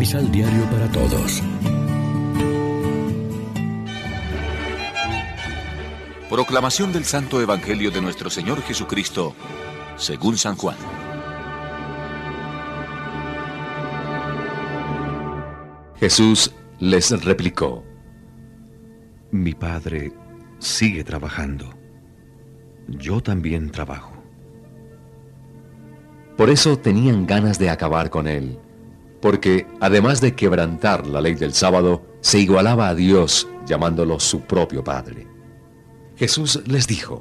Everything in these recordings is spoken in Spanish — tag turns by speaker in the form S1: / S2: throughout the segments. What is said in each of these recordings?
S1: Misal Diario para Todos.
S2: Proclamación del Santo Evangelio de nuestro Señor Jesucristo, según San Juan.
S3: Jesús les replicó:
S4: Mi Padre sigue trabajando. Yo también trabajo.
S3: Por eso tenían ganas de acabar con él, porque además de quebrantar la ley del sábado, se igualaba a Dios llamándolo su propio Padre. Jesús les dijo: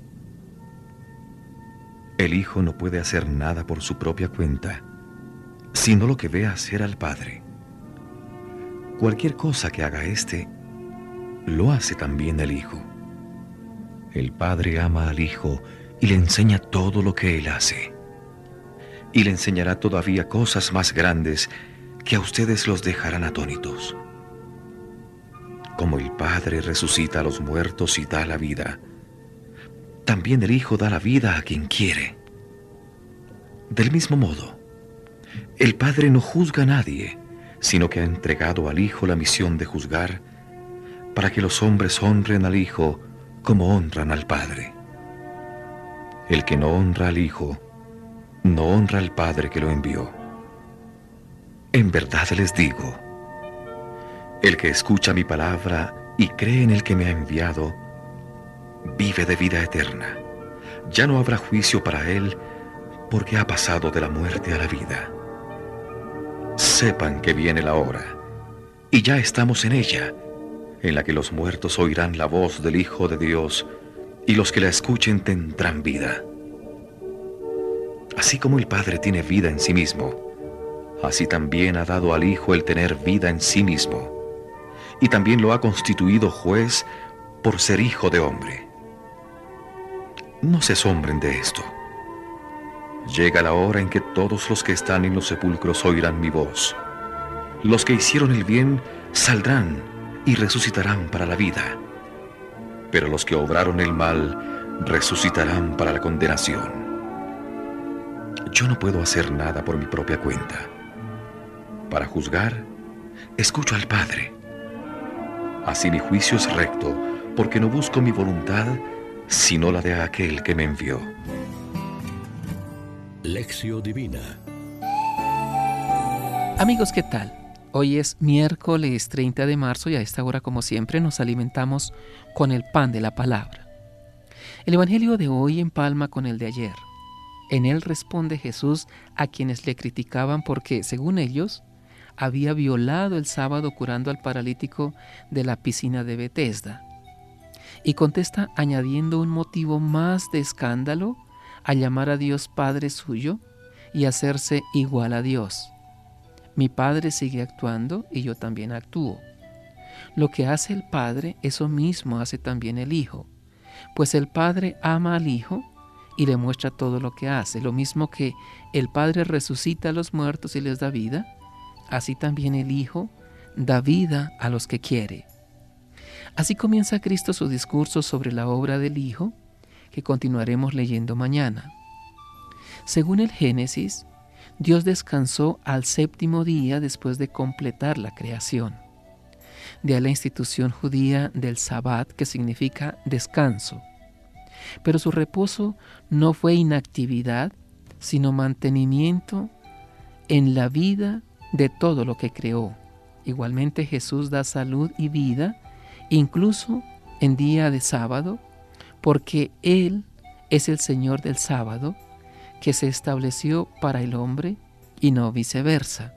S4: El Hijo no puede hacer nada por su propia cuenta, sino lo que ve hacer al Padre. Cualquier cosa que haga éste, lo hace también el Hijo. El Padre ama al Hijo y le enseña todo lo que Él hace. Y le enseñará todavía cosas más grandes que a ustedes los dejarán atónitos. Como el Padre resucita a los muertos y da la vida, también el Hijo da la vida a quien quiere. Del mismo modo, el Padre no juzga a nadie, sino que ha entregado al Hijo la misión de juzgar, para que los hombres honren al Hijo como honran al Padre. El que no honra al Hijo, no honra al Padre que lo envió. En verdad les digo, el que escucha mi palabra y cree en el que me ha enviado, vive de vida eterna. Ya no habrá juicio para él, porque ha pasado de la muerte a la vida. Sepan que viene la hora, y ya estamos en ella, en la que los muertos oirán la voz del Hijo de Dios, y los que la escuchen tendrán vida. Así como el Padre tiene vida en sí mismo, así también ha dado al Hijo el tener vida en sí mismo, y también lo ha constituido juez por ser Hijo de hombre. No se asombren de esto. Llega la hora en que todos los que están en los sepulcros oirán mi voz. Los que hicieron el bien saldrán y resucitarán para la vida, pero los que obraron el mal resucitarán para la condenación. Yo no puedo hacer nada por mi propia cuenta. Para juzgar, escucho al Padre. Así mi juicio es recto, porque no busco mi voluntad, sino la de aquel que me envió.
S1: Lección Divina.
S5: Amigos, ¿qué tal? Hoy es miércoles 30 de marzo y a esta hora, como siempre, nos alimentamos con el pan de la palabra. El Evangelio de hoy empalma con el de ayer. En él responde Jesús a quienes le criticaban porque, según ellos, había violado el sábado curando al paralítico de la piscina de Betesda. Y contesta añadiendo un motivo más de escándalo a llamar a Dios Padre suyo y hacerse igual a Dios. Mi Padre sigue actuando y yo también actúo. Lo que hace el Padre, eso mismo hace también el Hijo, pues el Padre ama al Hijo y le muestra todo lo que hace. Lo mismo que el Padre resucita a los muertos y les da vida, así también el Hijo da vida a los que quiere. Así comienza Cristo su discurso sobre la obra del Hijo, que continuaremos leyendo mañana. Según el Génesis, Dios descansó al séptimo día después de completar la creación. De ahí la institución judía del Sabbat, que significa descanso. Pero su reposo no fue inactividad, sino mantenimiento en la vida de todo lo que creó. Igualmente Jesús da salud y vida, incluso en día de sábado, porque Él es el Señor del sábado, que se estableció para el hombre y no viceversa.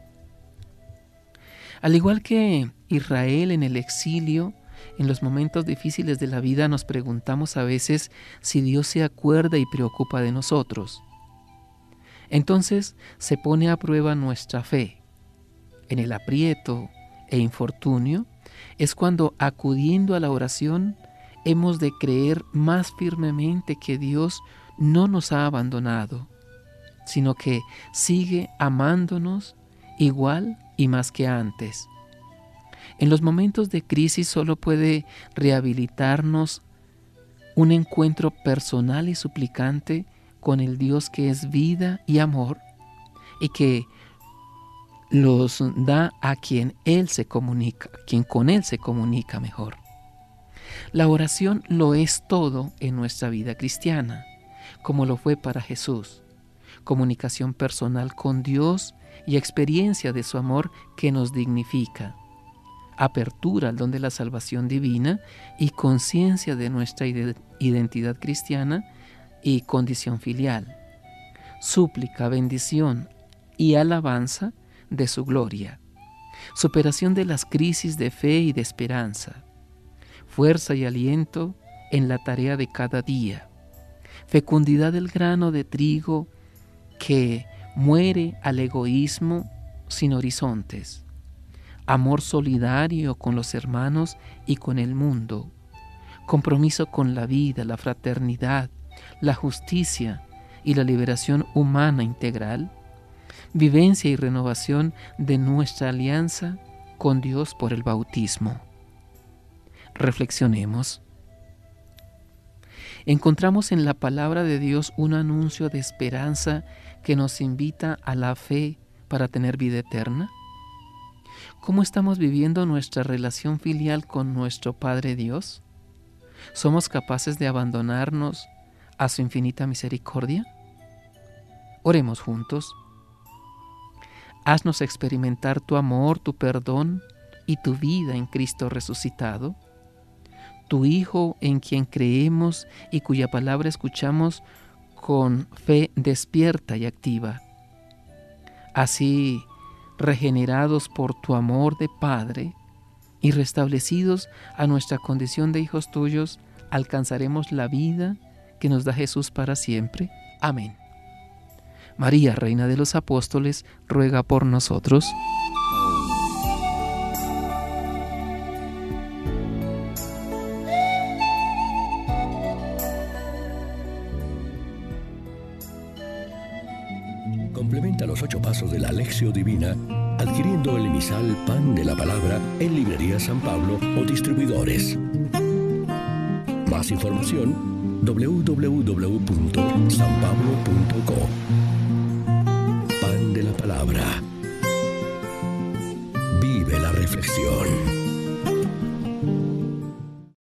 S5: Al igual que Israel en el exilio, en los momentos difíciles de la vida nos preguntamos a veces si Dios se acuerda y preocupa de nosotros. Entonces se pone a prueba nuestra fe. En el aprieto e infortunio es cuando, acudiendo a la oración, hemos de creer más firmemente que Dios no nos ha abandonado, sino que sigue amándonos igual y más que antes. En los momentos de crisis solo puede rehabilitarnos un encuentro personal y suplicante con el Dios que es vida y amor y que los da a quien Él se comunica, quien con Él se comunica mejor. La oración lo es todo en nuestra vida cristiana, como lo fue para Jesús. Comunicación personal con Dios y experiencia de su amor que nos dignifica. Apertura al don de la salvación divina y conciencia de nuestra identidad cristiana y condición filial. Súplica, bendición y alabanza de su gloria. Superación de las crisis de fe y de esperanza. Fuerza y aliento en la tarea de cada día. Fecundidad del grano de trigo que muere al egoísmo sin horizontes. Amor solidario con los hermanos y con el mundo. Compromiso con la vida, la fraternidad, la justicia y la liberación humana integral. Vivencia y renovación de nuestra alianza con Dios por el bautismo. Reflexionemos. Encontramos en la palabra de Dios un anuncio de esperanza que nos invita a la fe para tener vida eterna. ¿Cómo estamos viviendo nuestra relación filial con nuestro Padre Dios? ¿Somos capaces de abandonarnos a su infinita misericordia? Oremos juntos. Haznos experimentar tu amor, tu perdón y tu vida en Cristo resucitado, tu Hijo en quien creemos y cuya palabra escuchamos con fe despierta y activa. Así, regenerados por tu amor de Padre y restablecidos a nuestra condición de hijos tuyos, alcanzaremos la vida que nos da Jesús para siempre. Amén. María, Reina de los Apóstoles, ruega por nosotros.
S1: Complementa los 8 pasos de la Lección Divina adquiriendo el emisal Pan de la Palabra en Librería San Pablo o distribuidores. Más información www.sanpablo.co. Pan de la Palabra. Vive la reflexión.